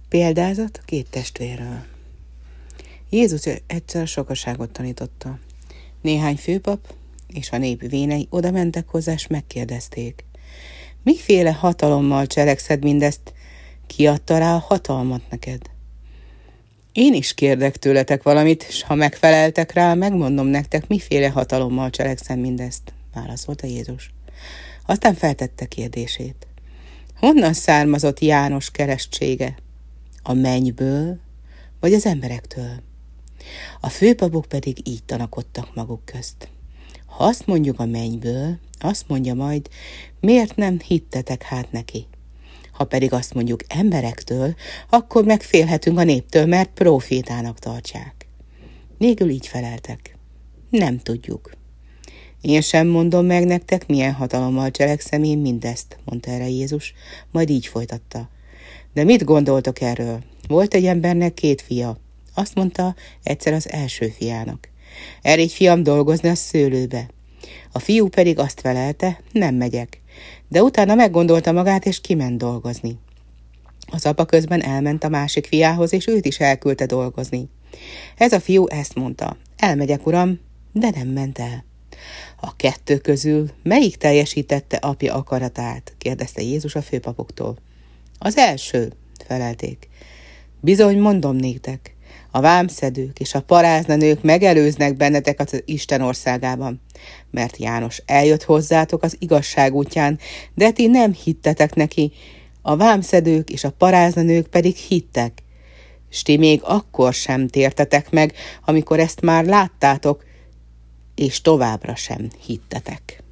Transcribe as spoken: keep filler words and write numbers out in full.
Példázat a két testvérről. Jézus egyszer sokaságot tanította. Néhány főpap és a nép vénei oda mentek hozzá, és megkérdezték: miféle hatalommal cselekszed mindezt? Ki adta rá a hatalmat neked? Én is kérdek tőletek valamit, s ha megfeleltek rá, megmondom nektek, miféle hatalommal cselekszem mindezt, válaszolta Jézus. Aztán feltette kérdését. Honnan származott János keresztsége? A mennyből, vagy az emberektől? A főpapok pedig így tanakodtak maguk közt. Ha azt mondjuk a mennyből, azt mondja majd, miért nem hittetek hát neki? Ha pedig azt mondjuk emberektől, akkor megfélhetünk a néptől, mert prófétának tartják. Végül így feleltek. Nem tudjuk. Én sem mondom meg nektek, milyen hatalommal cselekszem én mindezt, mondta erre Jézus, majd így folytatta. De mit gondoltok erről? Volt egy embernek két fia. Azt mondta egyszer az első fiának: elég fiam dolgozni a szőlőbe. A fiú pedig azt felelte: nem megyek. De utána meggondolta magát, és kiment dolgozni. Az apa közben elment a másik fiához, és őt is elküldte dolgozni. Ez a fiú ezt mondta: elmegyek, uram, de nem ment el. A kettő közül melyik teljesítette apja akaratát? Kérdezte Jézus a főpapoktól. Az első, felelték. Bizony, mondom néktek, a vámszedők és a paráznanők megelőznek bennetek az Isten országában, mert János eljött hozzátok az igazság útján, de ti nem hittetek neki, a vámszedők és a paráznanők pedig hittek. S ti még akkor sem tértetek meg, amikor ezt már láttátok, és továbbra sem hittetek.